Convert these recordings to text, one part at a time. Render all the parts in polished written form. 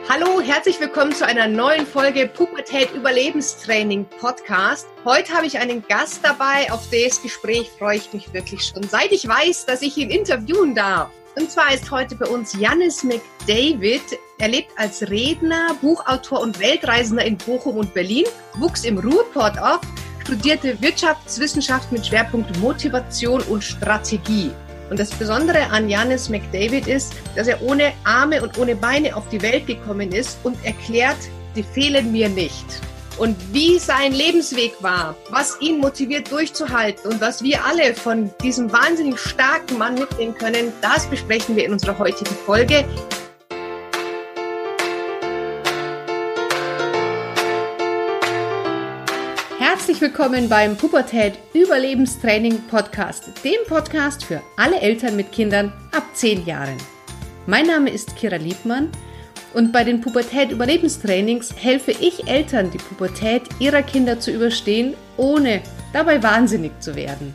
Hallo, herzlich willkommen zu einer neuen Folge Pubertät Überlebenstraining Podcast. Heute habe ich einen Gast dabei, auf das Gespräch freue ich mich wirklich schon, seit ich weiß, dass ich ihn interviewen darf. Und zwar ist heute bei uns Jannis McDavid. Er lebt als Redner, Buchautor und Weltreisender in Bochum und Berlin, wuchs im Ruhrpott auf, studierte Wirtschaftswissenschaft mit Schwerpunkt Motivation und Strategie. Und das Besondere an Jannis McDavid ist, dass er ohne Arme und ohne Beine auf die Welt gekommen ist und erklärt, sie fehlen mir nicht. Und wie sein Lebensweg war, was ihn motiviert durchzuhalten und was wir alle von diesem wahnsinnig starken Mann mitnehmen können, das besprechen wir in unserer heutigen Folge. Herzlich willkommen beim Pubertät Überlebenstraining Podcast, dem Podcast für alle Eltern mit Kindern ab 10 Jahren. Mein Name ist Kira Liebmann und bei den Pubertät Überlebenstrainings helfe ich Eltern, die Pubertät ihrer Kinder zu überstehen, ohne dabei wahnsinnig zu werden.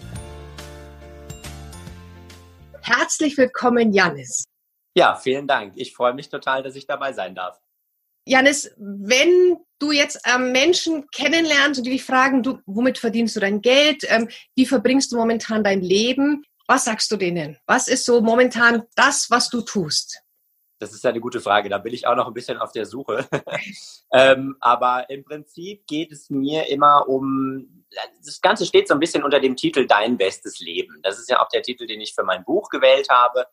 Herzlich willkommen, Jannis. Ja, vielen Dank. Ich freue mich total, dass ich dabei sein darf. Jannis, wenn du jetzt Menschen kennenlernst und die dich fragen, womit verdienst du dein Geld, wie verbringst du momentan dein Leben, was sagst du denen? Was ist so momentan das, was du tust? Das ist eine gute Frage, da bin ich auch noch ein bisschen auf der Suche. Aber im Prinzip geht es mir immer das Ganze steht so ein bisschen unter dem Titel Dein bestes Leben. Das ist ja auch der Titel, den ich für mein Buch gewählt habe,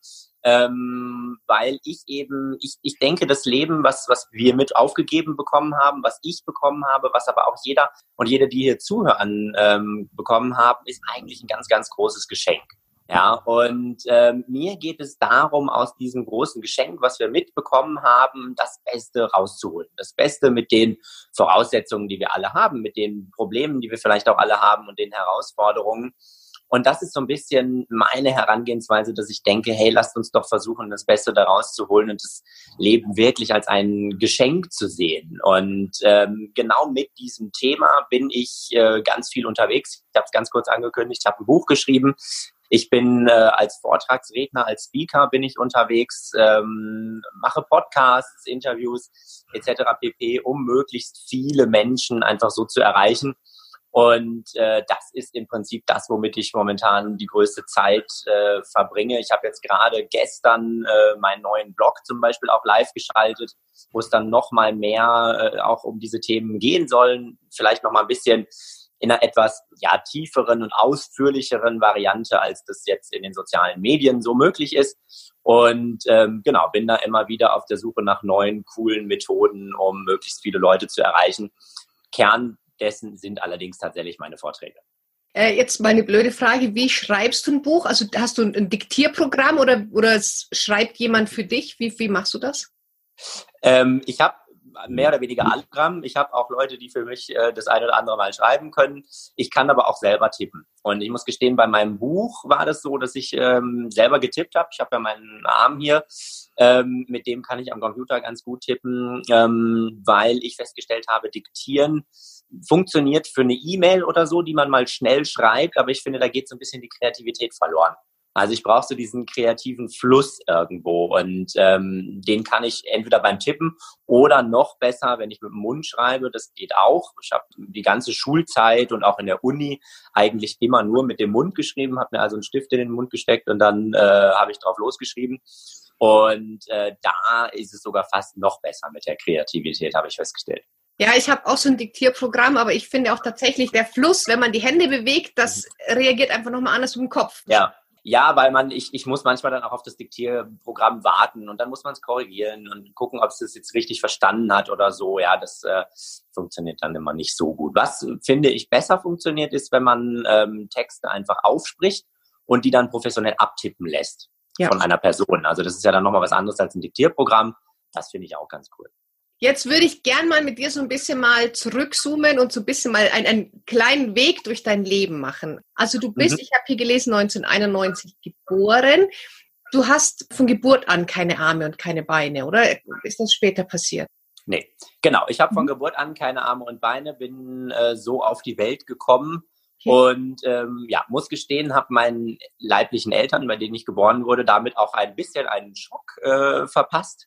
weil ich denke, das Leben, was wir mit aufgegeben bekommen haben, was ich bekommen habe, was aber auch jeder und jede, die hier zuhören, bekommen haben, ist eigentlich ein ganz, ganz großes Geschenk. Ja, und mir geht es darum, aus diesem großen Geschenk, was wir mitbekommen haben, das Beste rauszuholen. Das Beste mit den Voraussetzungen, die wir alle haben, mit den Problemen, die wir vielleicht auch alle haben und den Herausforderungen. Und das ist so ein bisschen meine Herangehensweise, dass ich denke, hey, lasst uns doch versuchen, das Beste da rauszuholen und das Leben wirklich als ein Geschenk zu sehen. Und genau mit diesem Thema bin ich ganz viel unterwegs. Ich habe es ganz kurz angekündigt, ich habe ein Buch geschrieben. Ich bin als Vortragsredner, als Speaker bin ich unterwegs, mache Podcasts, Interviews etc. pp., um möglichst viele Menschen einfach so zu erreichen. Und das ist im Prinzip das, womit ich momentan die größte Zeit verbringe. Ich habe jetzt gerade gestern meinen neuen Blog zum Beispiel auch live geschaltet, wo es dann noch mal mehr auch um diese Themen gehen sollen. Vielleicht noch mal ein bisschen in einer etwas tieferen und ausführlicheren Variante, als das jetzt in den sozialen Medien so möglich ist. Und bin da immer wieder auf der Suche nach neuen, coolen Methoden, um möglichst viele Leute zu erreichen. Kern dessen sind allerdings tatsächlich meine Vorträge. Jetzt mal eine blöde Frage, wie schreibst du ein Buch? Also hast du ein Diktierprogramm oder schreibt jemand für dich? Wie machst du das? Ich habe mehr oder weniger alle Programme. Ich habe auch Leute, die für mich das eine oder andere Mal schreiben können. Ich kann aber auch selber tippen. Und ich muss gestehen, bei meinem Buch war das so, dass ich selber getippt habe. Ich habe ja meinen Arm hier. Mit dem kann ich am Computer ganz gut tippen, weil ich festgestellt habe, Diktieren funktioniert für eine E-Mail oder so, die man mal schnell schreibt. Aber ich finde, da geht so ein bisschen die Kreativität verloren. Also ich brauche so diesen kreativen Fluss irgendwo und den kann ich entweder beim Tippen oder noch besser, wenn ich mit dem Mund schreibe, das geht auch. Ich habe die ganze Schulzeit und auch in der Uni eigentlich immer nur mit dem Mund geschrieben, habe mir also einen Stift in den Mund gesteckt und dann habe ich drauf losgeschrieben. Und da ist es sogar fast noch besser mit der Kreativität, habe ich festgestellt. Ja, ich habe auch so ein Diktierprogramm, aber ich finde auch tatsächlich der Fluss, wenn man die Hände bewegt, das reagiert einfach nochmal anders im Kopf. Ja, weil ich muss manchmal dann auch auf das Diktierprogramm warten und dann muss man es korrigieren und gucken, ob es das jetzt richtig verstanden hat oder so. Ja, das funktioniert dann immer nicht so gut. Was, finde ich, besser funktioniert, ist, wenn man Texte einfach aufspricht und die dann professionell abtippen lässt von einer Person. Also das ist ja dann nochmal was anderes als ein Diktierprogramm. Das finde ich auch ganz cool. Jetzt würde ich gern mal mit dir so ein bisschen mal zurückzoomen und so ein bisschen mal einen kleinen Weg durch dein Leben machen. Also du bist, ich habe hier gelesen, 1991 geboren. Du hast von Geburt an keine Arme und keine Beine, oder ist das später passiert? Nee, genau. Ich habe von Geburt an keine Arme und Beine, bin so auf die Welt gekommen. Okay. Und muss gestehen, habe meinen leiblichen Eltern, bei denen ich geboren wurde, damit auch ein bisschen einen Schock verpasst.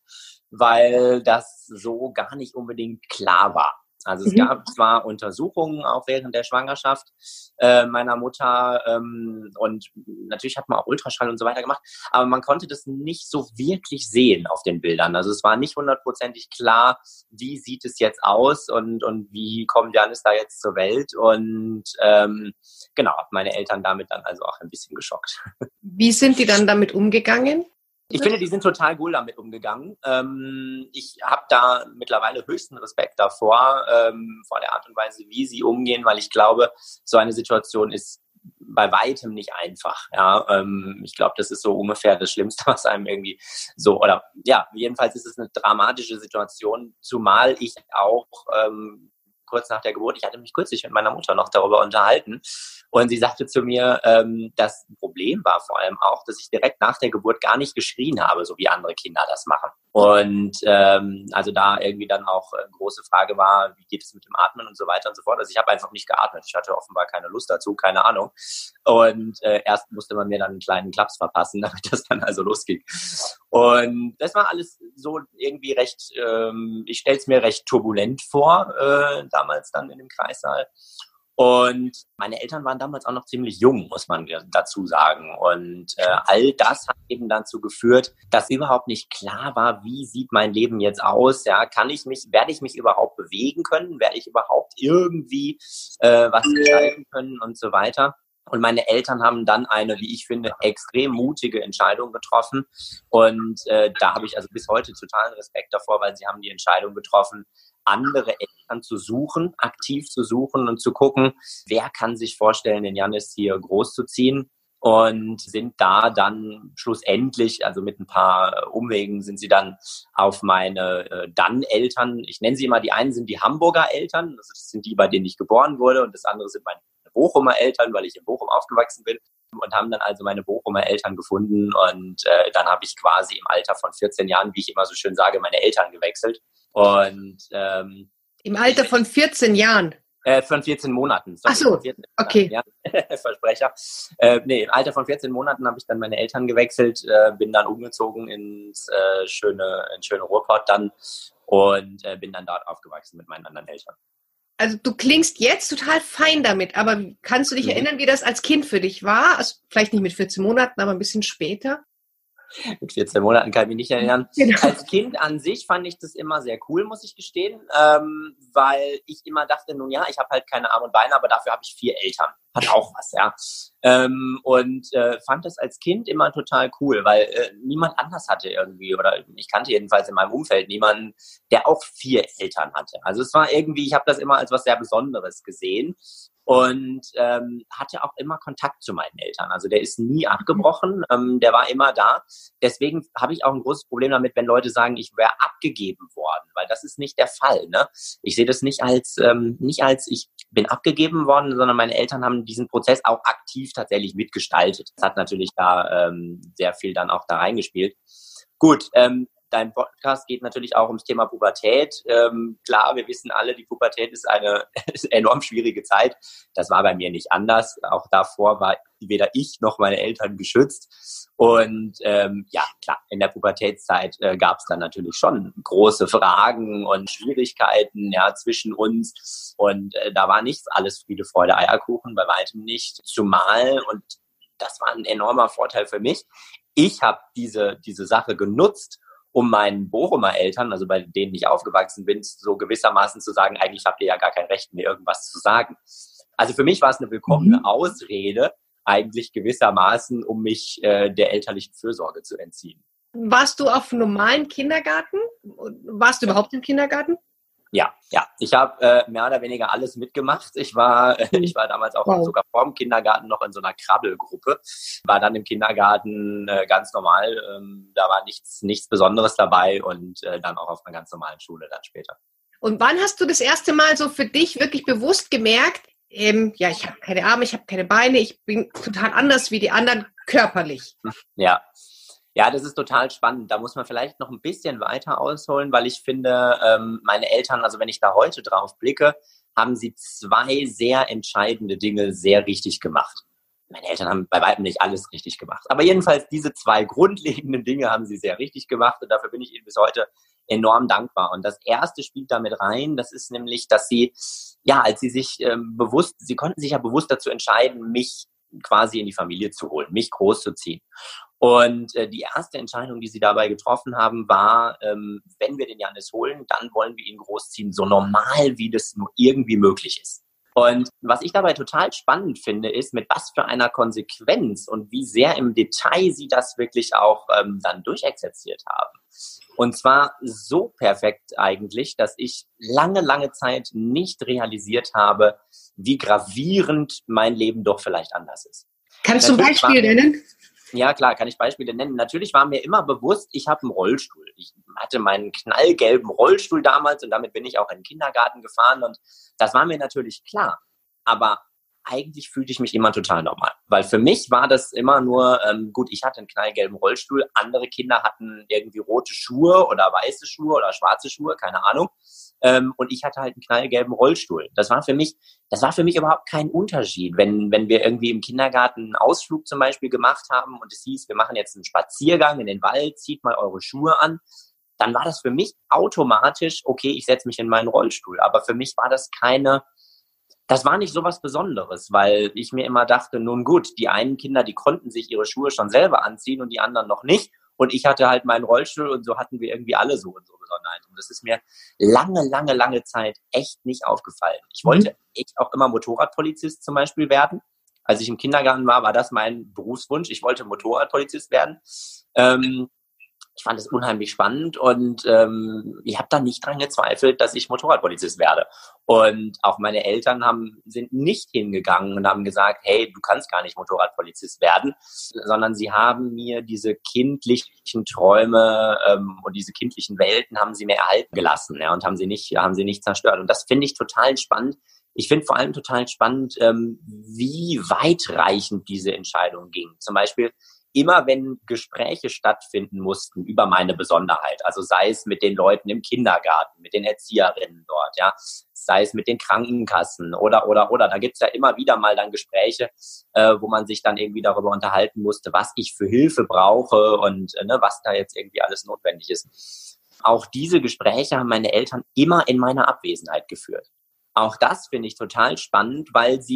weil das so gar nicht unbedingt klar war. Also es gab zwar Untersuchungen auch während der Schwangerschaft meiner Mutter und natürlich hat man auch Ultraschall und so weiter gemacht, aber man konnte das nicht so wirklich sehen auf den Bildern. Also es war nicht hundertprozentig klar, wie sieht es jetzt aus und wie kommt Janis da jetzt zur Welt und genau, meine Eltern damit dann also auch ein bisschen geschockt. Wie sind die dann damit umgegangen? Ich finde, die sind total cool damit umgegangen. Ich habe da mittlerweile höchsten Respekt davor, vor der Art und Weise, wie sie umgehen, weil ich glaube, so eine Situation ist bei weitem nicht einfach. Ja, ich glaube, das ist so ungefähr das Schlimmste, was einem irgendwie so, oder ja, jedenfalls ist es eine dramatische Situation, zumal ich auch kurz nach der Geburt, ich hatte mich kürzlich mit meiner Mutter noch darüber unterhalten und sie sagte zu mir, das Problem war vor allem auch, dass ich direkt nach der Geburt gar nicht geschrien habe, so wie andere Kinder das machen. Und also da irgendwie dann auch große Frage war, wie geht es mit dem Atmen und so weiter und so fort. Also ich habe einfach nicht geatmet. Ich hatte offenbar keine Lust dazu, keine Ahnung. Und erst musste man mir dann einen kleinen Klaps verpassen, damit das dann also losging. Und das war alles so irgendwie recht, ich stelle es mir recht turbulent vor, damals dann in dem Kreissaal. Und meine Eltern waren damals auch noch ziemlich jung, muss man dazu sagen. Und all das hat eben dazu geführt, dass überhaupt nicht klar war, wie sieht mein Leben jetzt aus? Ja, werde ich mich überhaupt bewegen können? Werde ich überhaupt irgendwie was gestalten können und so weiter? Und meine Eltern haben dann eine, wie ich finde, extrem mutige Entscheidung getroffen. Und da habe ich also bis heute totalen Respekt davor, weil sie haben die Entscheidung getroffen, andere Eltern zu suchen, aktiv zu suchen und zu gucken, wer kann sich vorstellen, den Janis hier großzuziehen. Und sind da dann schlussendlich, also mit ein paar Umwegen, sind sie dann auf meine dann-Eltern, ich nenne sie immer, die einen sind die Hamburger Eltern, das sind die, bei denen ich geboren wurde, und das andere sind meine Bochumer Eltern, weil ich in Bochum aufgewachsen bin, und haben dann also meine Bochumer Eltern gefunden und dann habe ich quasi im Alter von 14 Jahren, wie ich immer so schön sage, meine Eltern gewechselt. Und im Alter von 14 Jahren? Von 14 Monaten. Ach so, 14 okay. Ja, Versprecher. Im Alter von 14 Monaten habe ich dann meine Eltern gewechselt, bin dann umgezogen ins schöne Ruhrpott dann und bin dann dort aufgewachsen mit meinen anderen Eltern. Also du klingst jetzt total fein damit, aber kannst du dich erinnern, wie das als Kind für dich war? Also vielleicht nicht mit 14 Monaten, aber ein bisschen später? Mit 14 Monaten kann ich mich nicht erinnern. Genau. Als Kind an sich fand ich das immer sehr cool, muss ich gestehen, weil ich immer dachte, nun ja, ich habe halt keine Arme und Beine, aber dafür habe ich 4 Eltern. Hat auch was, ja. Und fand das als Kind immer total cool, weil niemand anders hatte irgendwie, oder ich kannte jedenfalls in meinem Umfeld niemanden, der auch 4 Eltern hatte. Also es war irgendwie, ich habe das immer als was sehr Besonderes gesehen. Und hatte auch immer Kontakt zu meinen Eltern. Also der ist nie abgebrochen, der war immer da. Deswegen habe ich auch ein großes Problem damit, wenn Leute sagen, ich wäre abgegeben worden, weil das ist nicht der Fall. Ne? Ich sehe das nicht als ich bin abgegeben worden, sondern meine Eltern haben diesen Prozess auch aktiv tatsächlich mitgestaltet. Das hat natürlich da sehr viel dann auch da reingespielt. Gut, dein Podcast geht natürlich auch ums Thema Pubertät. Klar, wir wissen alle, die Pubertät ist eine enorm schwierige Zeit. Das war bei mir nicht anders. Auch davor war weder ich noch meine Eltern geschützt. Und ja, klar, in der Pubertätszeit gab es dann natürlich schon große Fragen und Schwierigkeiten zwischen uns. Und da war nicht alles Friede, Freude, Eierkuchen, bei weitem nicht. Zumal, und das war ein enormer Vorteil für mich, ich habe diese Sache genutzt, um meinen Bochumer Eltern, also bei denen ich aufgewachsen bin, so gewissermaßen zu sagen, eigentlich habt ihr ja gar kein Recht, mir irgendwas zu sagen. Also für mich war es eine willkommene Ausrede, eigentlich gewissermaßen, um mich der elterlichen Fürsorge zu entziehen. Warst du auf einem normalen Kindergarten? Warst du überhaupt im Kindergarten? Ja. Ich habe mehr oder weniger alles mitgemacht. Ich war damals auch sogar vor dem Kindergarten noch in so einer Krabbelgruppe. War dann im Kindergarten ganz normal. Da war nichts Besonderes dabei und dann auch auf einer ganz normalen Schule dann später. Und wann hast du das erste Mal so für dich wirklich bewusst gemerkt, ich habe keine Arme, ich habe keine Beine, ich bin total anders wie die anderen körperlich? Ja, das ist total spannend. Da muss man vielleicht noch ein bisschen weiter ausholen, weil ich finde, meine Eltern, also wenn ich da heute drauf blicke, haben sie 2 sehr entscheidende Dinge sehr richtig gemacht. Meine Eltern haben bei weitem nicht alles richtig gemacht. Aber jedenfalls diese 2 grundlegenden Dinge haben sie sehr richtig gemacht und dafür bin ich ihnen bis heute enorm dankbar. Und das erste spielt damit rein, das ist nämlich, dass sie, ja, als sie sich sie konnten sich ja bewusst dazu entscheiden, mich quasi in die Familie zu holen, mich großzuziehen. Und die erste Entscheidung, die sie dabei getroffen haben, war, wenn wir den Jannis holen, dann wollen wir ihn großziehen, so normal, wie das nur irgendwie möglich ist. Und was ich dabei total spannend finde, ist, mit was für einer Konsequenz und wie sehr im Detail sie das wirklich auch dann durchexerziert haben. Und zwar so perfekt eigentlich, dass ich lange Zeit nicht realisiert habe, wie gravierend mein Leben doch vielleicht anders ist. Kannst du ein Beispiel nennen? Ja, klar, kann ich Beispiele nennen. Natürlich war mir immer bewusst, ich habe einen Rollstuhl. Ich hatte meinen knallgelben Rollstuhl damals und damit bin ich auch in den Kindergarten gefahren und das war mir natürlich klar. Aber eigentlich fühlte ich mich immer total normal. Weil für mich war das immer nur, gut, ich hatte einen knallgelben Rollstuhl, andere Kinder hatten irgendwie rote Schuhe oder weiße Schuhe oder schwarze Schuhe, keine Ahnung. Und ich hatte halt einen knallgelben Rollstuhl. Das war für mich überhaupt kein Unterschied. Wenn wir irgendwie im Kindergarten einen Ausflug zum Beispiel gemacht haben und es hieß, wir machen jetzt einen Spaziergang in den Wald, zieht mal eure Schuhe an, dann war das für mich automatisch, okay, ich setze mich in meinen Rollstuhl. Aber für mich war das war nicht so was Besonderes, weil ich mir immer dachte, nun gut, die einen Kinder, die konnten sich ihre Schuhe schon selber anziehen und die anderen noch nicht. Und ich hatte halt meinen Rollstuhl und so hatten wir irgendwie alle so unsere Besonderheiten. Und das ist mir lange Zeit echt nicht aufgefallen. Ich wollte echt auch immer Motorradpolizist zum Beispiel werden. Als ich im Kindergarten war das mein Berufswunsch. Ich wollte Motorradpolizist werden. Ich fand es unheimlich spannend und ich habe da nicht dran gezweifelt, dass ich Motorradpolizist werde. Und auch meine Eltern sind nicht hingegangen und haben gesagt, hey, du kannst gar nicht Motorradpolizist werden, sondern sie haben mir diese kindlichen Träume und diese kindlichen Welten haben sie mir erhalten gelassen, ja, und haben sie nicht zerstört. Und das finde ich total spannend. Ich finde vor allem total spannend, wie weitreichend diese Entscheidung ging. Zum Beispiel immer wenn Gespräche stattfinden mussten über meine Besonderheit, also sei es mit den Leuten im Kindergarten, mit den Erzieherinnen dort, ja, sei es mit den Krankenkassen oder, da gibt's ja immer wieder mal dann Gespräche, wo man sich dann irgendwie darüber unterhalten musste, was ich für Hilfe brauche und was da jetzt irgendwie alles notwendig ist. Auch diese Gespräche haben meine Eltern immer in meiner Abwesenheit geführt. Auch das finde ich total spannend, weil es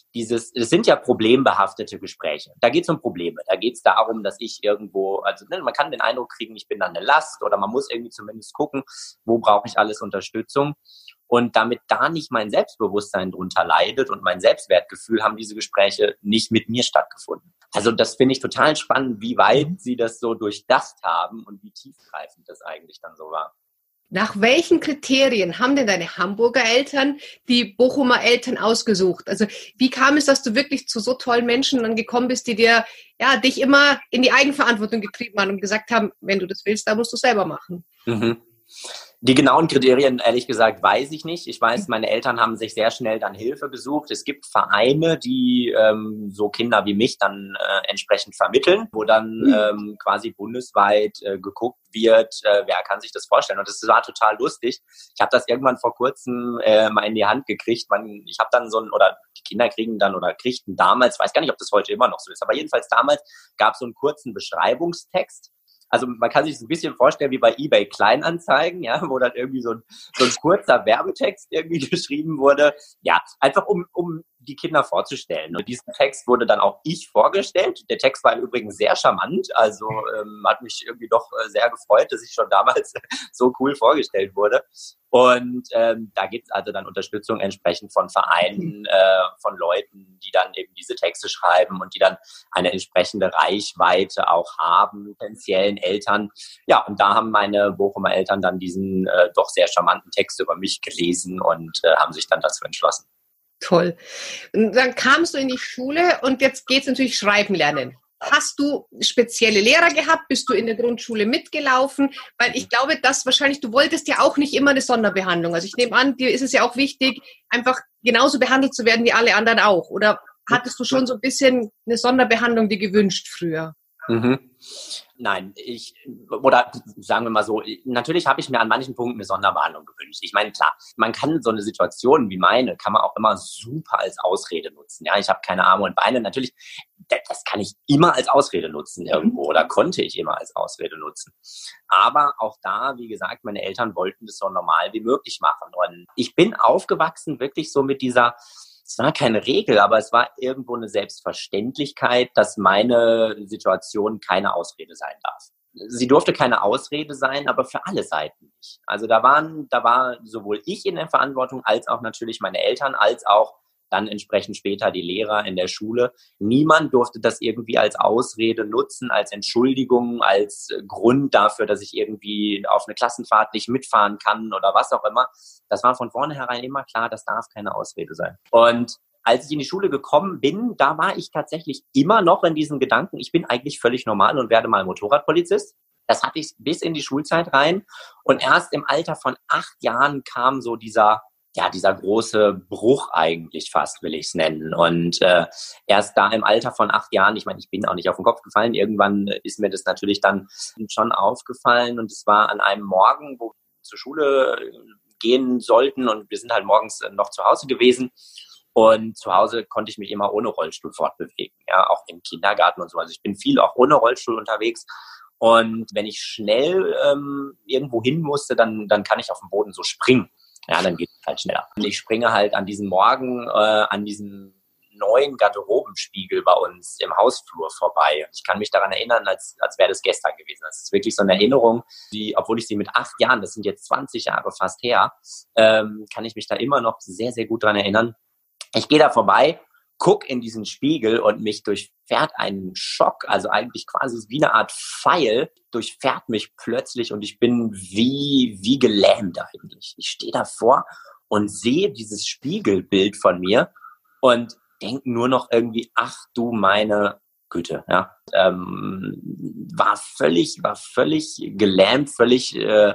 sind ja problembehaftete Gespräche. Da geht es um Probleme. Da geht es darum, dass ich irgendwo, man kann den Eindruck kriegen, ich bin dann eine Last oder man muss irgendwie zumindest gucken, wo brauche ich alles Unterstützung. Und damit da nicht mein Selbstbewusstsein drunter leidet und mein Selbstwertgefühl, haben diese Gespräche nicht mit mir stattgefunden. Also das finde ich total spannend, wie weit sie das so durchdacht haben und wie tiefgreifend das eigentlich dann so war. Nach welchen Kriterien haben denn deine Hamburger Eltern die Bochumer Eltern ausgesucht? Also wie kam es, dass du wirklich zu so tollen Menschen dann gekommen bist, die dich immer in die Eigenverantwortung getrieben haben und gesagt haben, wenn du das willst, dann musst du es selber machen? Mhm. Die genauen Kriterien, ehrlich gesagt, weiß ich nicht. Ich weiß, meine Eltern haben sich sehr schnell dann Hilfe gesucht. Es gibt Vereine, die so Kinder wie mich dann entsprechend vermitteln, wo dann quasi bundesweit geguckt wird, wer kann sich das vorstellen. Und das war total lustig. Ich habe das irgendwann vor kurzem mal in die Hand gekriegt. Ich habe dann die Kinder kriegten damals, weiß gar nicht, ob das heute immer noch so ist, aber jedenfalls damals gab es so einen kurzen Beschreibungstext. Also man kann sich das ein bisschen vorstellen wie bei eBay Kleinanzeigen, ja, wo dann irgendwie so ein kurzer Werbetext irgendwie geschrieben wurde. Ja, einfach um die Kinder vorzustellen. Und diesen Text wurde dann auch ich vorgestellt. Der Text war im Übrigen sehr charmant, also hat mich irgendwie doch sehr gefreut, dass ich schon damals so cool vorgestellt wurde. Und da gibt es also dann Unterstützung entsprechend von Vereinen, von Leuten, die dann eben diese Texte schreiben und die dann eine entsprechende Reichweite auch haben, potenziellen Eltern. Ja, und da haben meine Bochumer Eltern dann diesen doch sehr charmanten Text über mich gelesen und haben sich dann dazu entschlossen. Toll. Und dann kamst du in die Schule und jetzt geht's natürlich Schreiben lernen. Hast du spezielle Lehrer gehabt? Bist du in der Grundschule mitgelaufen? Weil ich glaube, du wolltest ja auch nicht immer eine Sonderbehandlung. Also ich nehme an, dir ist es ja auch wichtig, einfach genauso behandelt zu werden wie alle anderen auch. Oder hattest du schon so ein bisschen eine Sonderbehandlung dir gewünscht früher? Mhm. Nein, oder sagen wir mal so, natürlich habe ich mir an manchen Punkten eine Sonderbehandlung gewünscht. Ich meine, klar, man kann so eine Situation wie meine, kann man auch immer super als Ausrede nutzen. Ja, ich habe keine Arme und Beine. Natürlich, das kann ich immer als Ausrede nutzen irgendwo oder konnte ich immer als Ausrede nutzen. Aber auch da, wie gesagt, meine Eltern wollten das so normal wie möglich machen. Und ich bin aufgewachsen wirklich so mit dieser, es war keine Regel, aber es war irgendwo eine Selbstverständlichkeit, dass meine Situation keine Ausrede sein darf. Sie durfte keine Ausrede sein, aber für alle Seiten nicht. Also da war sowohl ich in der Verantwortung, als auch natürlich meine Eltern, als auch dann entsprechend später die Lehrer in der Schule. Niemand durfte das irgendwie als Ausrede nutzen, als Entschuldigung, als Grund dafür, dass ich irgendwie auf eine Klassenfahrt nicht mitfahren kann oder was auch immer. Das war von vornherein immer klar, das darf keine Ausrede sein. Und als ich in die Schule gekommen bin, da war ich tatsächlich immer noch in diesem Gedanken, ich bin eigentlich völlig normal und werde mal Motorradpolizist. Das hatte ich bis in die Schulzeit rein. Und erst im Alter von 8 Jahren kam so dieser große Bruch eigentlich fast, will ich es nennen. Und erst da im Alter von 8 Jahren, ich meine, ich bin auch nicht auf den Kopf gefallen, irgendwann ist mir das natürlich dann schon aufgefallen. Und es war an einem Morgen, wo wir zur Schule gehen sollten und wir sind halt morgens noch zu Hause gewesen. Und zu Hause konnte ich mich immer ohne Rollstuhl fortbewegen, ja, auch im Kindergarten und so. Also ich bin viel auch ohne Rollstuhl unterwegs. Und wenn ich schnell irgendwo hin musste, dann kann ich auf dem Boden so springen. Ja, dann geht es halt schneller. Und ich springe halt an diesem Morgen an diesem neuen Garderobenspiegel bei uns im Hausflur vorbei. Und ich kann mich daran erinnern, als wäre das gestern gewesen. Das ist wirklich so eine Erinnerung, die, obwohl ich sie mit 8 Jahren, das sind jetzt 20 Jahre fast her, kann ich mich da immer noch sehr, sehr gut daran erinnern. Ich gehe da vorbei, guck in diesen Spiegel und mich durchfährt ein Schock, also eigentlich quasi wie eine Art Pfeil, durchfährt mich plötzlich und ich bin wie gelähmt eigentlich. Ich stehe davor und sehe dieses Spiegelbild von mir und denke nur noch irgendwie, ach du meine Güte, ja. War völlig gelähmt, völlig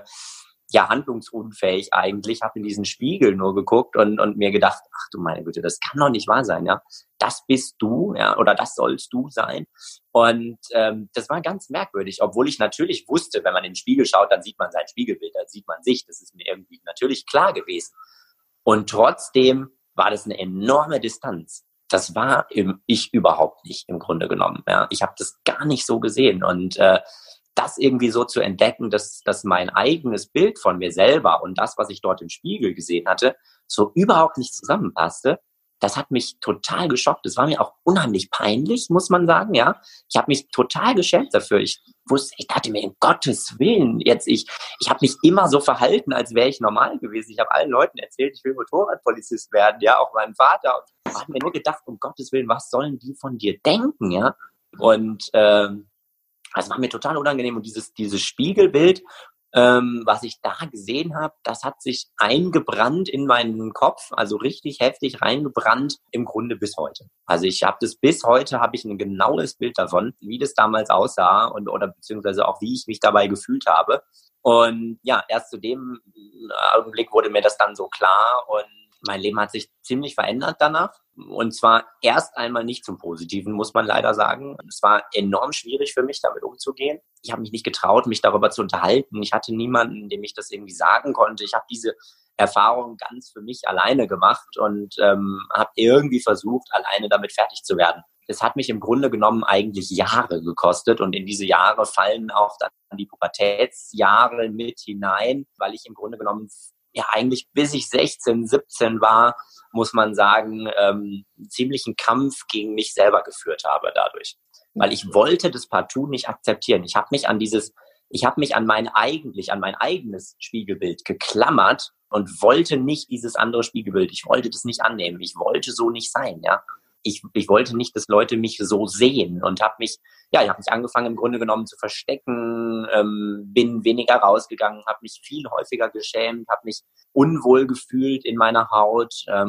handlungsunfähig eigentlich, habe in diesen Spiegel nur geguckt und mir gedacht, ach du meine Güte, das kann doch nicht wahr sein, ja. Das bist du, ja, oder das sollst du sein. Und das war ganz merkwürdig, obwohl ich natürlich wusste, wenn man in den Spiegel schaut, dann sieht man sein Spiegelbild, dann sieht man sich. Das ist mir irgendwie natürlich klar gewesen. Und trotzdem war das eine enorme Distanz. Das war ich überhaupt nicht im Grunde genommen. Ja. Ich habe das gar nicht so gesehen und das irgendwie so zu entdecken, dass mein eigenes Bild von mir selber und das, was ich dort im Spiegel gesehen hatte, so überhaupt nicht zusammenpasste, das hat mich total geschockt. Das war mir auch unheimlich peinlich, muss man sagen, ja. Ich habe mich total geschämt dafür. Ich dachte mir, um Gottes Willen, ich habe mich immer so verhalten, als wäre ich normal gewesen. Ich habe allen Leuten erzählt, ich will Motorradpolizist werden, ja, auch meinem Vater. Und habe mir nur gedacht, um Gottes Willen, was sollen die von dir denken, ja? Und das war mir total unangenehm. Und dieses Spiegelbild, was ich da gesehen habe, das hat sich eingebrannt in meinen Kopf, also richtig heftig reingebrannt, im Grunde bis heute. Also bis heute habe ich ein genaues Bild davon, wie das damals aussah oder beziehungsweise auch wie ich mich dabei gefühlt habe. Und ja, erst zu dem Augenblick wurde mir das dann so klar und mein Leben hat sich ziemlich verändert danach. Und zwar erst einmal nicht zum Positiven, muss man leider sagen. Es war enorm schwierig für mich, damit umzugehen. Ich habe mich nicht getraut, mich darüber zu unterhalten. Ich hatte niemanden, dem ich das irgendwie sagen konnte. Ich habe diese Erfahrung ganz für mich alleine gemacht und habe irgendwie versucht, alleine damit fertig zu werden. Das hat mich im Grunde genommen eigentlich Jahre gekostet und in diese Jahre fallen auch dann die Pubertätsjahre mit hinein, weil ich im Grunde genommen eigentlich bis ich 16, 17 war, muss man sagen, einen ziemlichen Kampf gegen mich selber geführt habe dadurch. Weil ich wollte das partout nicht akzeptieren. Ich habe mich an mein eigenes Spiegelbild geklammert und wollte nicht dieses andere Spiegelbild. Ich wollte das nicht annehmen. Ich wollte so nicht sein, ja. Ich wollte nicht, dass Leute mich so sehen und habe mich angefangen im Grunde genommen zu verstecken, bin weniger rausgegangen, habe mich viel häufiger geschämt, habe mich unwohl gefühlt in meiner Haut.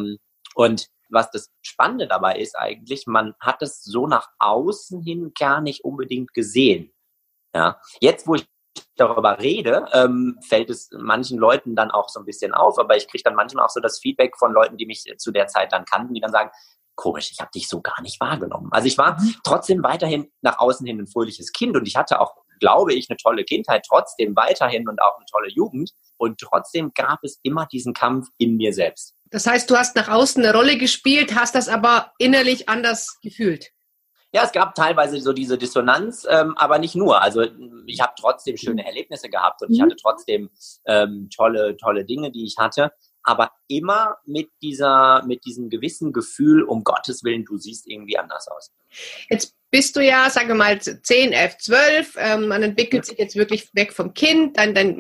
Und was das Spannende dabei ist eigentlich, man hat es so nach außen hin gar nicht unbedingt gesehen. Ja, jetzt, wo ich darüber rede, fällt es manchen Leuten dann auch so ein bisschen auf, aber ich kriege dann manchmal auch so das Feedback von Leuten, die mich zu der Zeit dann kannten, die dann sagen, komisch, ich habe dich so gar nicht wahrgenommen. Also ich war trotzdem weiterhin nach außen hin ein fröhliches Kind und ich hatte auch, glaube ich, eine tolle Kindheit trotzdem weiterhin und auch eine tolle Jugend. Und trotzdem gab es immer diesen Kampf in mir selbst. Das heißt, du hast nach außen eine Rolle gespielt, hast das aber innerlich anders gefühlt. Ja, es gab teilweise so diese Dissonanz, aber nicht nur. Also ich habe trotzdem schöne Erlebnisse gehabt und ich hatte trotzdem tolle Dinge, die ich hatte. Aber immer mit diesem gewissen Gefühl, um Gottes Willen, du siehst irgendwie anders aus. Jetzt bist du ja, sagen wir mal, 10, 11, 12, man entwickelt sich jetzt wirklich weg vom Kind,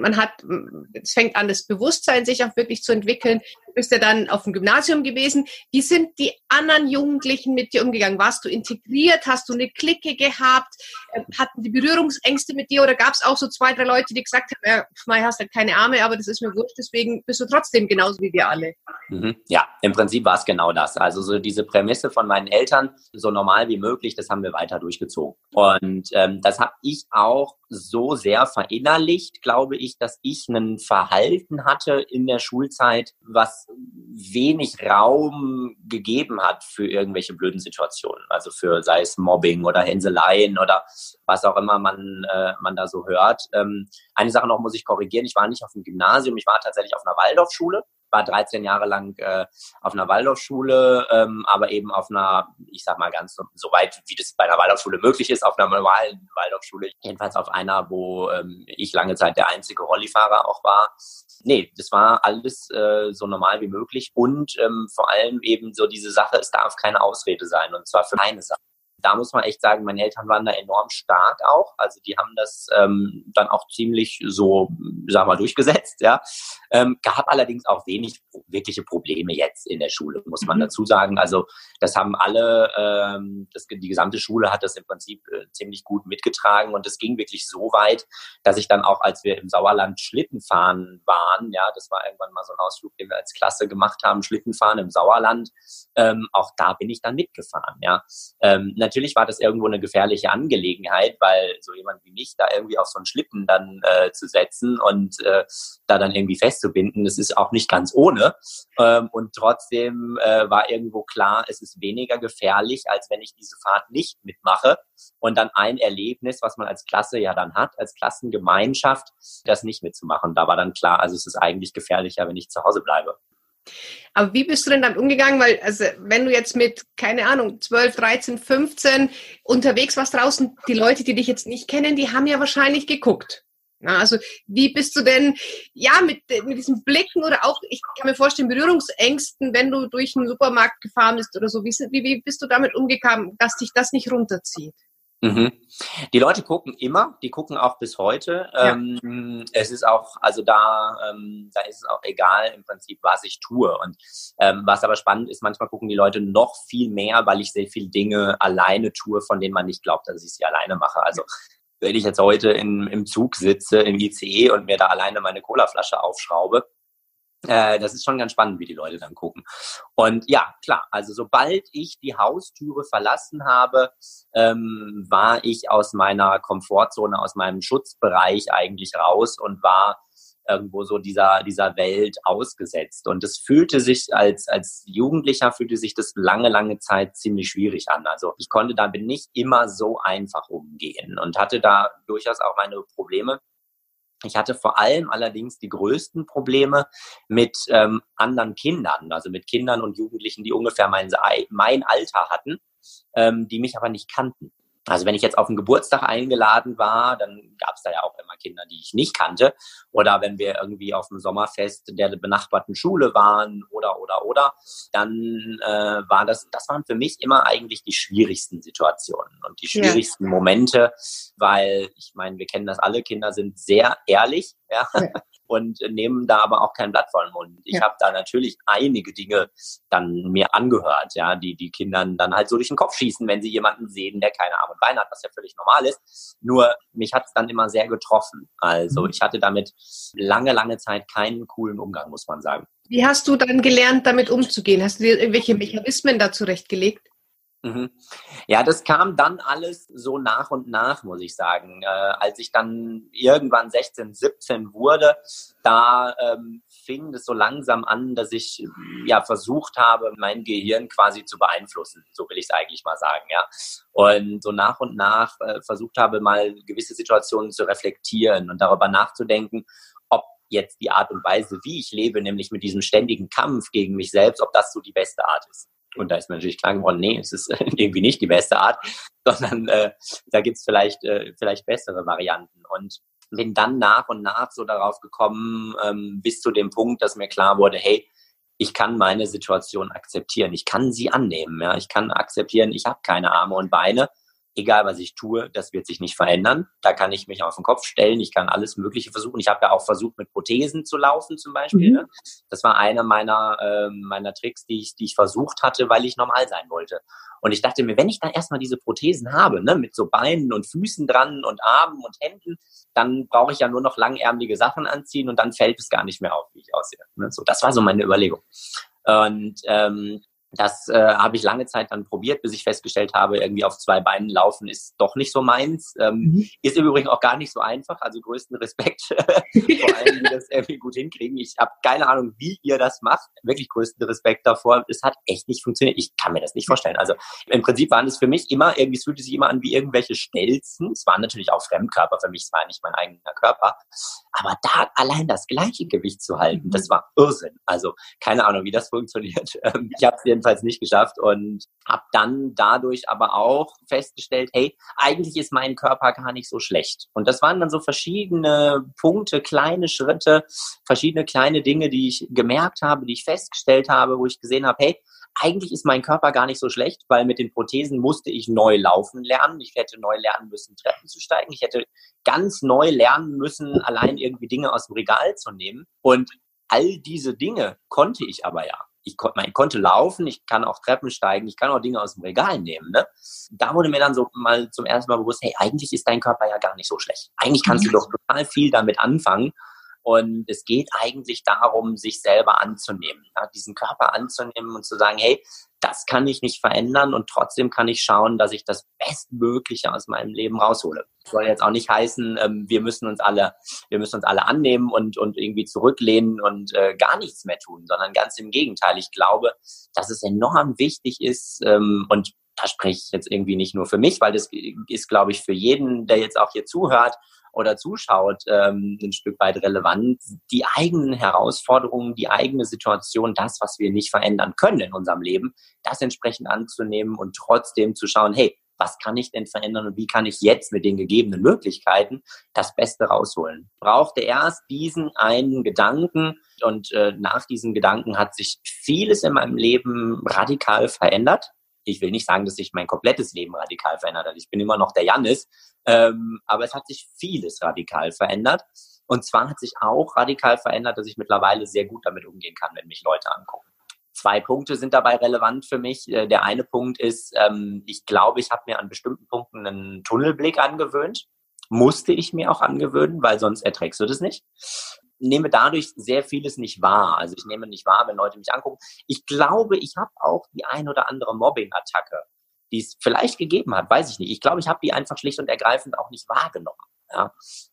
es fängt an, das Bewusstsein sich auch wirklich zu entwickeln. Du bist ja dann auf dem Gymnasium gewesen. Wie sind die anderen Jugendlichen mit dir umgegangen? Warst du integriert? Hast du eine Clique gehabt? Hatten die Berührungsängste mit dir oder gab es auch so 2, 3 Leute, die gesagt haben, Mai, hast halt keine Arme, aber das ist mir wurscht, deswegen bist du trotzdem genauso wie wir alle? Ja, im Prinzip war es genau das. Also so diese Prämisse von meinen Eltern, so normal wie möglich, das haben wir weiter durchgezogen. Und das habe ich auch so sehr verinnerlicht, glaube ich, dass ich ein Verhalten hatte in der Schulzeit, was wenig Raum gegeben hat für irgendwelche blöden Situationen. Also für, sei es Mobbing oder Hänseleien oder was auch immer man da so hört. Eine Sache noch muss ich korrigieren, ich war nicht auf dem Gymnasium, ich war tatsächlich auf einer Waldorfschule. War 13 Jahre lang auf einer Waldorfschule, aber eben auf einer, ich sag mal ganz so weit, wie das bei einer Waldorfschule möglich ist, auf einer normalen Waldorfschule. Jedenfalls auf einer, wo ich lange Zeit der einzige Rollifahrer auch war. Nee, das war alles so normal wie möglich und vor allem eben so diese Sache, es darf keine Ausrede sein und zwar für eine Sache. Da muss man echt sagen, meine Eltern waren da enorm stark auch. Also die haben das dann auch ziemlich so, sagen wir mal, durchgesetzt. Ja, gab allerdings auch wenig wirkliche Probleme jetzt in der Schule, muss man dazu sagen. Also das haben alle, die gesamte Schule hat das im Prinzip ziemlich gut mitgetragen und es ging wirklich so weit, dass ich dann auch, als wir im Sauerland Schlittenfahren waren, ja, das war irgendwann mal so ein Ausflug, den wir als Klasse gemacht haben, Schlittenfahren im Sauerland, auch da bin ich dann mitgefahren, ja. Natürlich war das irgendwo eine gefährliche Angelegenheit, weil so jemand wie mich da irgendwie auf so einen Schlitten dann zu setzen und da dann irgendwie festzubinden, das ist auch nicht ganz ohne. Und trotzdem war irgendwo klar, es ist weniger gefährlich, als wenn ich diese Fahrt nicht mitmache. Und dann ein Erlebnis, was man als Klasse ja dann hat, als Klassengemeinschaft, das nicht mitzumachen. Da war dann klar, also es ist eigentlich gefährlicher, wenn ich zu Hause bleibe. Aber wie bist du denn damit umgegangen? Weil, also, wenn du jetzt mit, keine Ahnung, 12, 13, 15 unterwegs warst draußen, die Leute, die dich jetzt nicht kennen, die haben ja wahrscheinlich geguckt. Na, also, wie bist du denn, ja, mit diesen Blicken oder auch, ich kann mir vorstellen, Berührungsängsten, wenn du durch einen Supermarkt gefahren bist oder so, wie bist du damit umgegangen, dass dich das nicht runterzieht? Die Leute gucken immer, die gucken auch bis heute. Ja. Es ist auch, also da ist es auch egal im Prinzip, was ich tue. Und was aber spannend ist, manchmal gucken die Leute noch viel mehr, weil ich sehr viele Dinge alleine tue, von denen man nicht glaubt, dass ich sie alleine mache. Also wenn ich jetzt heute im Zug sitze, im ICE und mir da alleine meine Colaflasche aufschraube, das ist schon ganz spannend, wie die Leute dann gucken. Und ja, klar, also sobald ich die Haustüre verlassen habe, war ich aus meiner Komfortzone, aus meinem Schutzbereich eigentlich raus und war irgendwo so dieser Welt ausgesetzt. Und es fühlte sich als Jugendlicher, fühlte sich das lange Zeit ziemlich schwierig an. Also ich konnte damit nicht immer so einfach umgehen und hatte da durchaus auch meine Probleme. Ich hatte vor allem allerdings die größten Probleme mit anderen Kindern, also mit Kindern und Jugendlichen, die ungefähr mein Alter hatten, die mich aber nicht kannten. Also wenn ich jetzt auf einen Geburtstag eingeladen war, dann gab es da ja auch immer Kinder, die ich nicht kannte. Oder wenn wir irgendwie auf dem Sommerfest der benachbarten Schule waren oder, dann das waren für mich immer eigentlich die schwierigsten Situationen und die schwierigsten Momente, weil ich meine, wir kennen das alle, Kinder sind sehr ehrlich, ja. Und nehmen da aber auch kein Blatt vor den Mund. Ich habe da natürlich einige Dinge dann mir angehört, ja, die Kindern dann halt so durch den Kopf schießen, wenn sie jemanden sehen, der keine Arme und Beine hat, was ja völlig normal ist. Nur mich hat es dann immer sehr getroffen. Also ich hatte damit lange Zeit keinen coolen Umgang, muss man sagen. Wie hast du dann gelernt, damit umzugehen? Hast du dir irgendwelche Mechanismen da zurechtgelegt? Mhm. Ja, das kam dann alles so nach und nach, muss ich sagen. Als ich dann irgendwann 16, 17 wurde, da fing es so langsam an, dass ich ja versucht habe, mein Gehirn quasi zu beeinflussen. So will ich es eigentlich mal sagen, ja. Und so nach und nach versucht habe, mal gewisse Situationen zu reflektieren und darüber nachzudenken, ob jetzt die Art und Weise, wie ich lebe, nämlich mit diesem ständigen Kampf gegen mich selbst, ob das so die beste Art ist. Und da ist mir natürlich klar geworden, nee, es ist irgendwie nicht die beste Art, sondern da gibt's vielleicht bessere Varianten. Und bin dann nach und nach so darauf gekommen, bis zu dem Punkt, dass mir klar wurde, hey, ich kann meine Situation akzeptieren, ich kann sie annehmen, ja, ich kann akzeptieren, ich habe keine Arme und Beine, egal was ich tue, das wird sich nicht verändern. Da kann ich mich auf den Kopf stellen, ich kann alles Mögliche versuchen. Ich habe ja auch versucht, mit Prothesen zu laufen zum Beispiel. Ne? Das war einer meiner Tricks, die ich versucht hatte, weil ich normal sein wollte. Und ich dachte mir, wenn ich dann erstmal diese Prothesen habe, ne, mit so Beinen und Füßen dran und Armen und Händen, dann brauche ich ja nur noch langärmelige Sachen anziehen und dann fällt es gar nicht mehr auf, wie ich aussehe. Ne? So, das war so meine Überlegung. Und das habe ich lange Zeit dann probiert, bis ich festgestellt habe, irgendwie auf 2 Beinen laufen ist doch nicht so meins. Ist im Übrigen auch gar nicht so einfach. Also größten Respekt vor allen, die das irgendwie gut hinkriegen. Ich habe keine Ahnung, wie ihr das macht. Wirklich größten Respekt davor. Es hat echt nicht funktioniert. Ich kann mir das nicht vorstellen. Also im Prinzip waren es für mich immer, irgendwie es fühlte sich immer an wie irgendwelche Stelzen. Es waren natürlich auch Fremdkörper für mich. Es war nicht mein eigener Körper. Aber da allein das gleiche Gewicht zu halten, das war Irrsinn. Also keine Ahnung, wie das funktioniert. Ich habe es jedenfalls nicht geschafft und habe dann dadurch aber auch festgestellt, hey, eigentlich ist mein Körper gar nicht so schlecht. Und das waren dann so verschiedene Punkte, kleine Schritte, verschiedene kleine Dinge, die ich gemerkt habe, die ich festgestellt habe, wo ich gesehen habe, hey, eigentlich ist mein Körper gar nicht so schlecht, weil mit den Prothesen musste ich neu laufen lernen. Ich hätte neu lernen müssen, Treppen zu steigen. Ich hätte ganz neu lernen müssen, allein irgendwie Dinge aus dem Regal zu nehmen. Und all diese Dinge konnte ich aber ja. Ich konnte laufen, ich kann auch Treppen steigen, ich kann auch Dinge aus dem Regal nehmen. Ne? Da wurde mir dann so mal zum ersten Mal bewusst, hey, eigentlich ist dein Körper ja gar nicht so schlecht. Eigentlich kannst du doch total viel damit anfangen. Und es geht eigentlich darum, sich selber anzunehmen, ja, diesen Körper anzunehmen und zu sagen, hey, das kann ich nicht verändern und trotzdem kann ich schauen, dass ich das Bestmögliche aus meinem Leben raushole. Das soll jetzt auch nicht heißen, wir müssen uns alle annehmen und irgendwie zurücklehnen und gar nichts mehr tun, sondern ganz im Gegenteil. Ich glaube, dass es enorm wichtig ist und da spreche ich jetzt irgendwie nicht nur für mich, weil das ist, glaube ich, für jeden, der jetzt auch hier zuhört oder zuschaut, ein Stück weit relevant, die eigenen Herausforderungen, die eigene Situation, das, was wir nicht verändern können in unserem Leben, das entsprechend anzunehmen und trotzdem zu schauen, hey, was kann ich denn verändern und wie kann ich jetzt mit den gegebenen Möglichkeiten das Beste rausholen? Brauchte erst diesen einen Gedanken und nach diesem Gedanken hat sich vieles in meinem Leben radikal verändert. Ich will nicht sagen, dass sich mein komplettes Leben radikal verändert hat. Ich bin immer noch der Jannis. Aber es hat sich vieles radikal verändert. Und zwar hat sich auch radikal verändert, dass ich mittlerweile sehr gut damit umgehen kann, wenn mich Leute angucken. 2 Punkte sind dabei relevant für mich. Der eine Punkt ist, ich glaube, ich habe mir an bestimmten Punkten einen Tunnelblick angewöhnt. Musste ich mir auch angewöhnen, weil sonst erträgst du das nicht. Nehme dadurch sehr vieles nicht wahr. Also ich nehme nicht wahr, wenn Leute mich angucken. Ich glaube, ich habe auch die ein oder andere Mobbing-Attacke, die es vielleicht gegeben hat, weiß ich nicht. Ich glaube, ich habe die einfach schlicht und ergreifend auch nicht wahrgenommen. Ja?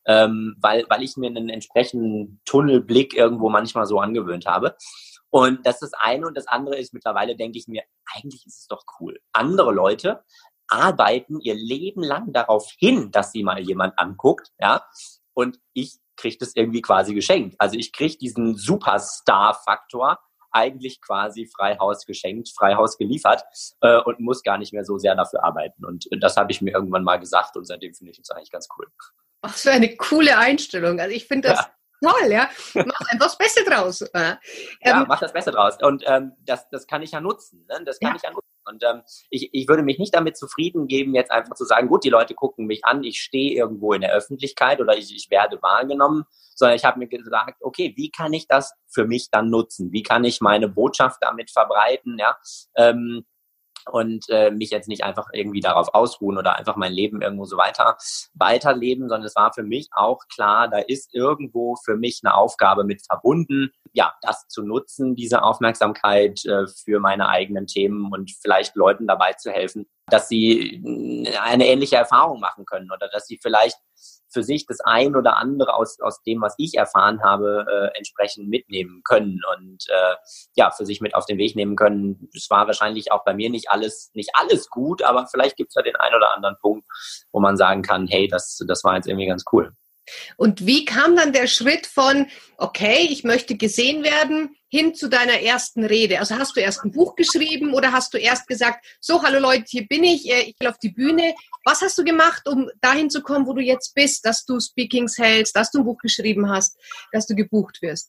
Weil ich mir einen entsprechenden Tunnelblick irgendwo manchmal so angewöhnt habe. Und das ist das eine. Und das andere ist, mittlerweile denke ich mir, eigentlich ist es doch cool. Andere Leute arbeiten ihr Leben lang darauf hin, dass sie mal jemand anguckt. Ja? Und ich kriege das irgendwie quasi geschenkt. Also ich kriege diesen Superstar-Faktor eigentlich quasi frei Haus geschenkt, frei Haus geliefert und muss gar nicht mehr so sehr dafür arbeiten. Und das habe ich mir irgendwann mal gesagt und seitdem finde ich es eigentlich ganz cool. Ach, so eine coole Einstellung. Also ich finde das toll, ja. Mach einfach das Beste draus. Ja, mach das Beste draus. Und das kann ich ja nutzen. Ne? Das kann ich ja nutzen. Und ich würde mich nicht damit zufrieden geben, jetzt einfach zu sagen, gut, die Leute gucken mich an, ich stehe irgendwo in der Öffentlichkeit oder ich werde wahrgenommen, sondern ich habe mir gesagt, okay, wie kann ich das für mich dann nutzen? Wie kann ich meine Botschaft damit verbreiten? Ja? und mich jetzt nicht einfach irgendwie darauf ausruhen oder einfach mein Leben irgendwo so weiterleben, sondern es war für mich auch klar, da ist irgendwo für mich eine Aufgabe mit verbunden, ja, das zu nutzen, diese Aufmerksamkeit für meine eigenen Themen und vielleicht Leuten dabei zu helfen, dass sie eine ähnliche Erfahrung machen können oder dass sie vielleicht für sich das ein oder andere aus dem, was ich erfahren habe, entsprechend mitnehmen können und ja, für sich mit auf den Weg nehmen können. Es war wahrscheinlich auch bei mir nicht alles gut, aber vielleicht gibt es ja den einen oder anderen Punkt, wo man sagen kann, hey, das war jetzt irgendwie ganz cool. Und wie kam dann der Schritt von, okay, ich möchte gesehen werden, hin zu deiner ersten Rede? Also hast du erst ein Buch geschrieben oder hast du erst gesagt, so, hallo Leute, hier bin ich will auf die Bühne. Was hast du gemacht, um dahin zu kommen, wo du jetzt bist, dass du Speakings hältst, dass du ein Buch geschrieben hast, dass du gebucht wirst?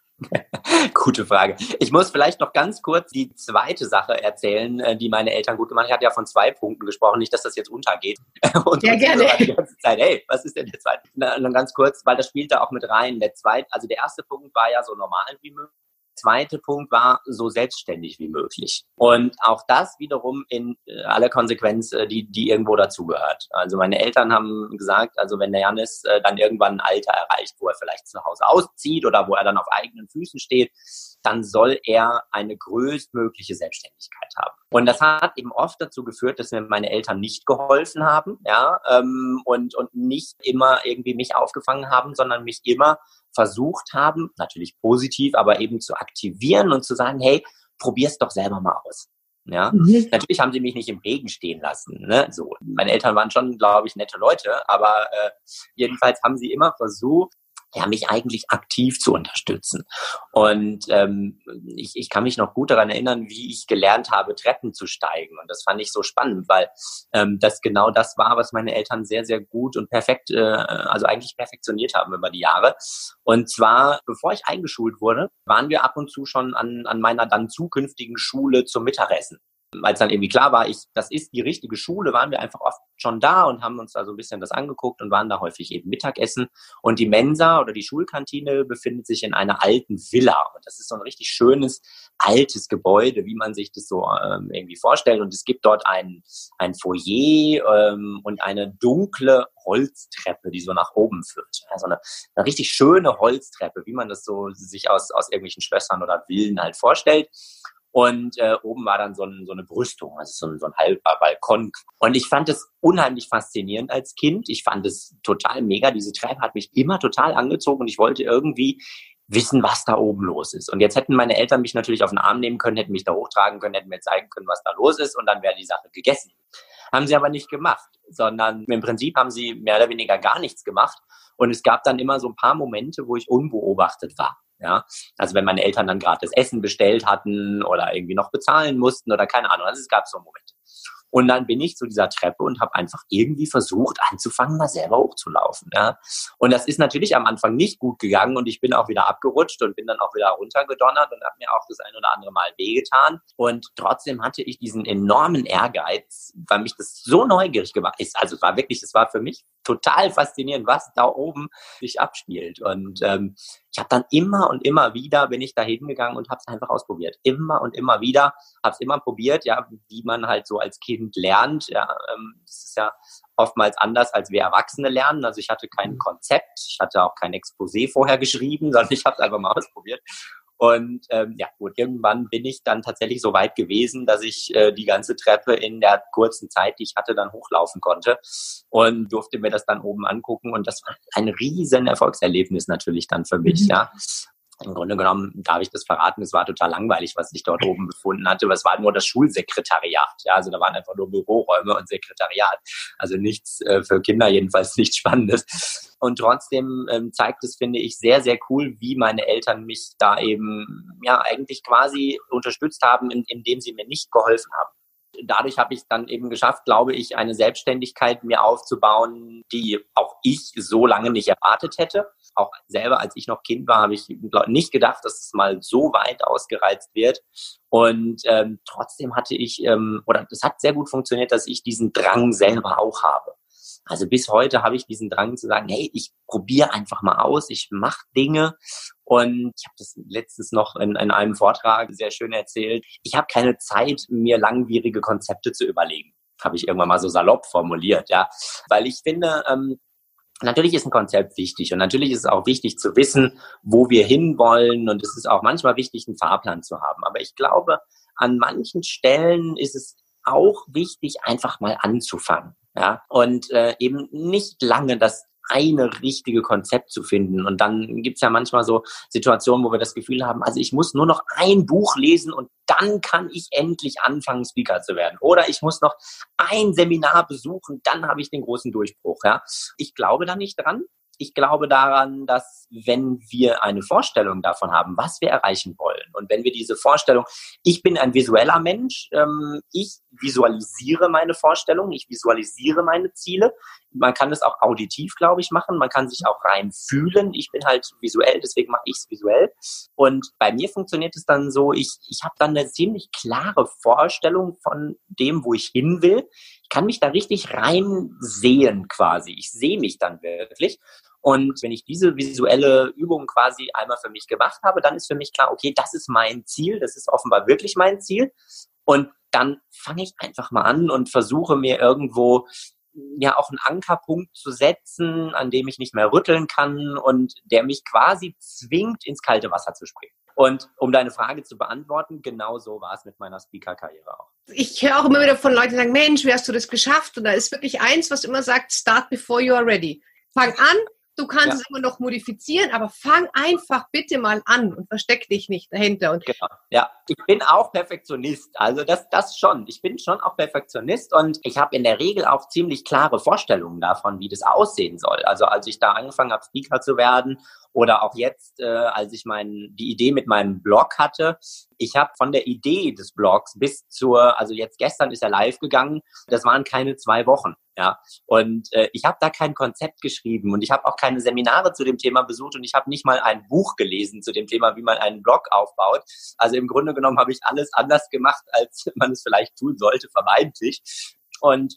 Gute Frage. Ich muss vielleicht noch ganz kurz die zweite Sache erzählen, die meine Eltern gut gemacht haben. Ich hatte ja von 2 Punkten gesprochen, nicht, dass das jetzt untergeht. Und ja, gerne. Die ganze Zeit, hey, was ist denn der zweite? Dann ganz kurz, weil das spielt da auch mit rein. Der erste Punkt war ja so normal wie möglich. Der zweite Punkt war so selbstständig wie möglich. Und auch das wiederum in aller Konsequenz, die irgendwo dazugehört. Also meine Eltern haben gesagt, also wenn der Jannis dann irgendwann ein Alter erreicht, wo er vielleicht zu Hause auszieht oder wo er dann auf eigenen Füßen steht, dann soll er eine größtmögliche Selbstständigkeit haben. Und das hat eben oft dazu geführt, dass mir meine Eltern nicht geholfen haben, ja, und nicht immer irgendwie mich aufgefangen haben, sondern mich immer versucht haben, natürlich positiv, aber eben zu aktivieren und zu sagen, hey, probier's doch selber mal aus. Ja, Natürlich haben sie mich nicht im Regen stehen lassen. Ne? So, meine Eltern waren schon, glaube ich, nette Leute, aber jedenfalls haben sie immer versucht, ja, mich eigentlich aktiv zu unterstützen. Und ich kann mich noch gut daran erinnern, wie ich gelernt habe, Treppen zu steigen. Und das fand ich so spannend, weil das genau das war, was meine Eltern sehr, sehr gut und perfekt, also eigentlich perfektioniert haben über die Jahre. Und zwar, bevor ich eingeschult wurde, waren wir ab und zu schon an meiner dann zukünftigen Schule zum Mittagessen. Als dann irgendwie klar war, das ist die richtige Schule, waren wir einfach oft schon da und haben uns da so ein bisschen das angeguckt und waren da häufig eben Mittagessen. Und die Mensa oder die Schulkantine befindet sich in einer alten Villa. Und das ist so ein richtig schönes, altes Gebäude, wie man sich das so irgendwie vorstellt. Und es gibt dort ein Foyer und eine dunkle Holztreppe, die so nach oben führt. Also eine richtig schöne Holztreppe, wie man das so sich aus irgendwelchen Schlössern oder Villen halt vorstellt. Und oben war dann so eine Brüstung, also so ein halber Balkon. Und ich fand es unheimlich faszinierend als Kind. Ich fand es total mega. Diese Treppe hat mich immer total angezogen und ich wollte irgendwie wissen, was da oben los ist. Und jetzt hätten meine Eltern mich natürlich auf den Arm nehmen können, hätten mich da hochtragen können, hätten mir zeigen können, was da los ist und dann wäre die Sache gegessen. Haben sie aber nicht gemacht, sondern im Prinzip haben sie mehr oder weniger gar nichts gemacht. Und es gab dann immer so ein paar Momente, wo ich unbeobachtet war. Ja, also wenn meine Eltern dann gerade das Essen bestellt hatten oder irgendwie noch bezahlen mussten oder keine Ahnung, also es gab so einen Moment. Und dann bin ich zu dieser Treppe und habe einfach irgendwie versucht, anzufangen, mal selber hochzulaufen. Ja. Und das ist natürlich am Anfang nicht gut gegangen und ich bin auch wieder abgerutscht und bin dann auch wieder runtergedonnert und habe mir auch das ein oder andere Mal wehgetan. Und trotzdem hatte ich diesen enormen Ehrgeiz, weil mich das so neugierig gemacht ist. Also es war für mich total faszinierend, was da oben sich abspielt. Und ich habe dann immer und immer wieder bin ich da hingegangen und habe es einfach ausprobiert. Immer und immer wieder, habe es immer probiert, ja, wie man halt so als Kind lernt. Ja, das ist ja oftmals anders, als wir Erwachsene lernen. Also ich hatte kein Konzept, ich hatte auch kein Exposé vorher geschrieben, sondern ich habe es einfach mal ausprobiert. Und ja gut, irgendwann bin ich dann tatsächlich so weit gewesen, dass ich die ganze Treppe in der kurzen Zeit, die ich hatte, dann hochlaufen konnte und durfte mir das dann oben angucken. Und das war ein riesen Erfolgserlebnis natürlich dann für mich, ja. Im Grunde genommen darf ich das verraten, es war total langweilig, was ich dort oben gefunden hatte. Aber es war nur das Schulsekretariat. Ja, also da waren einfach nur Büroräume und Sekretariat. Also nichts für Kinder, jedenfalls nichts Spannendes. Und trotzdem zeigt es, finde ich, sehr, sehr cool, wie meine Eltern mich da eben ja eigentlich quasi unterstützt haben, indem sie mir nicht geholfen haben. Dadurch habe ich dann eben geschafft, glaube ich, eine Selbstständigkeit mir aufzubauen, die auch ich so lange nicht erwartet hätte. Auch selber, als ich noch Kind war, habe ich nicht gedacht, dass es mal so weit ausgereizt wird. Und trotzdem hatte ich, oder das hat sehr gut funktioniert, dass ich diesen Drang selber auch habe. Also bis heute habe ich diesen Drang zu sagen, hey, ich probiere einfach mal aus, ich mache Dinge. Und ich habe das letztens noch in einem Vortrag sehr schön erzählt. Ich habe keine Zeit, mir langwierige Konzepte zu überlegen. Habe ich irgendwann mal so salopp formuliert, ja. Weil ich finde, natürlich ist ein Konzept wichtig und natürlich ist es auch wichtig zu wissen, wo wir hinwollen, und es ist auch manchmal wichtig, einen Fahrplan zu haben. Aber ich glaube, an manchen Stellen ist es auch wichtig, einfach mal anzufangen, ja, und eben nicht lange das eine richtige Konzept zu finden. Und dann gibt's ja manchmal so Situationen, wo wir das Gefühl haben, also ich muss nur noch ein Buch lesen und dann kann ich endlich anfangen, Speaker zu werden. Oder ich muss noch ein Seminar besuchen, dann habe ich den großen Durchbruch. Ja, ich glaube da nicht dran. Ich glaube daran, dass wenn wir eine Vorstellung davon haben, was wir erreichen wollen, und wenn wir diese Vorstellung, ich bin ein visueller Mensch, ich visualisiere meine Vorstellung, ich visualisiere meine Ziele. Man kann das auch auditiv, glaube ich, machen. Man kann sich auch rein fühlen. Ich bin halt visuell, deswegen mache ich es visuell. Und bei mir funktioniert es dann so, ich habe dann eine ziemlich klare Vorstellung von dem, wo ich hin will. Ich kann mich da richtig rein sehen quasi. Ich sehe mich dann wirklich. Und wenn ich diese visuelle Übung quasi einmal für mich gemacht habe, dann ist für mich klar, okay, das ist mein Ziel, das ist offenbar wirklich mein Ziel. Und dann fange ich einfach mal an und versuche mir irgendwo ja auch einen Ankerpunkt zu setzen, an dem ich nicht mehr rütteln kann und der mich quasi zwingt, ins kalte Wasser zu springen. Und um deine Frage zu beantworten, genau so war es mit meiner Speaker-Karriere auch. Ich höre auch immer wieder von Leuten, die sagen, Mensch, wie hast du das geschafft? Und da ist wirklich eins, was immer sagt, start before you are ready. Fang an. Du kannst es immer noch modifizieren, aber fang einfach bitte mal an und versteck dich nicht dahinter. Und genau. Ja, ich bin auch Perfektionist. Also das schon. Ich bin schon auch Perfektionist und ich habe in der Regel auch ziemlich klare Vorstellungen davon, wie das aussehen soll. Also als ich da angefangen habe, Speaker zu werden oder auch jetzt, als ich die Idee mit meinem Blog hatte, ich habe von der Idee des Blogs bis also jetzt gestern ist er live gegangen, das waren keine 2 Wochen. Ja, und ich habe da kein Konzept geschrieben und ich habe auch keine Seminare zu dem Thema besucht und ich habe nicht mal ein Buch gelesen zu dem Thema, wie man einen Blog aufbaut. Also im Grunde genommen habe ich alles anders gemacht, als man es vielleicht tun sollte, vermeintlich. Und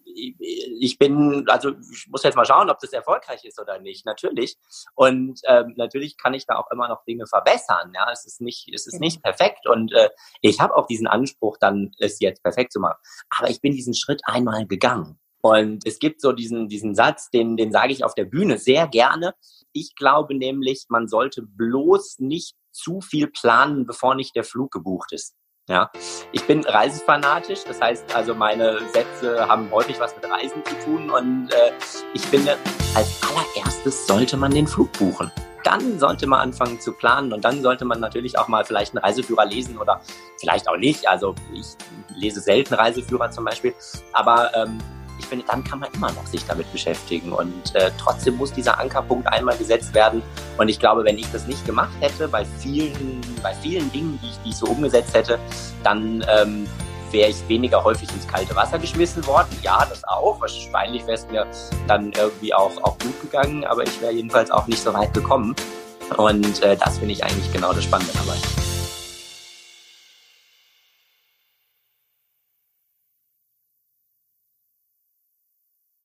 ich muss jetzt mal schauen, ob das erfolgreich ist oder nicht, natürlich. Und natürlich kann ich da auch immer noch Dinge verbessern. Ja, es ist nicht perfekt und ich habe auch diesen Anspruch, dann es jetzt perfekt zu machen. Aber ich bin diesen Schritt einmal gegangen. Und es gibt so diesen Satz, den sage ich auf der Bühne sehr gerne. Ich glaube nämlich, man sollte bloß nicht zu viel planen, bevor nicht der Flug gebucht ist. Ja, ich bin reisefanatisch, das heißt also meine Sätze haben häufig was mit Reisen zu tun und ich finde, als allererstes sollte man den Flug buchen. Dann sollte man anfangen zu planen und dann sollte man natürlich auch mal vielleicht einen Reiseführer lesen oder vielleicht auch nicht. Also ich lese selten Reiseführer zum Beispiel, aber ich finde, dann kann man immer noch sich damit beschäftigen und trotzdem muss dieser Ankerpunkt einmal gesetzt werden. Und ich glaube, wenn ich das nicht gemacht hätte, bei vielen Dingen, die ich so umgesetzt hätte, dann wäre ich weniger häufig ins kalte Wasser geschmissen worden. Ja, das auch. Wahrscheinlich wäre es mir dann irgendwie auch gut gegangen, aber ich wäre jedenfalls auch nicht so weit gekommen. Und das finde ich eigentlich genau das Spannende dabei.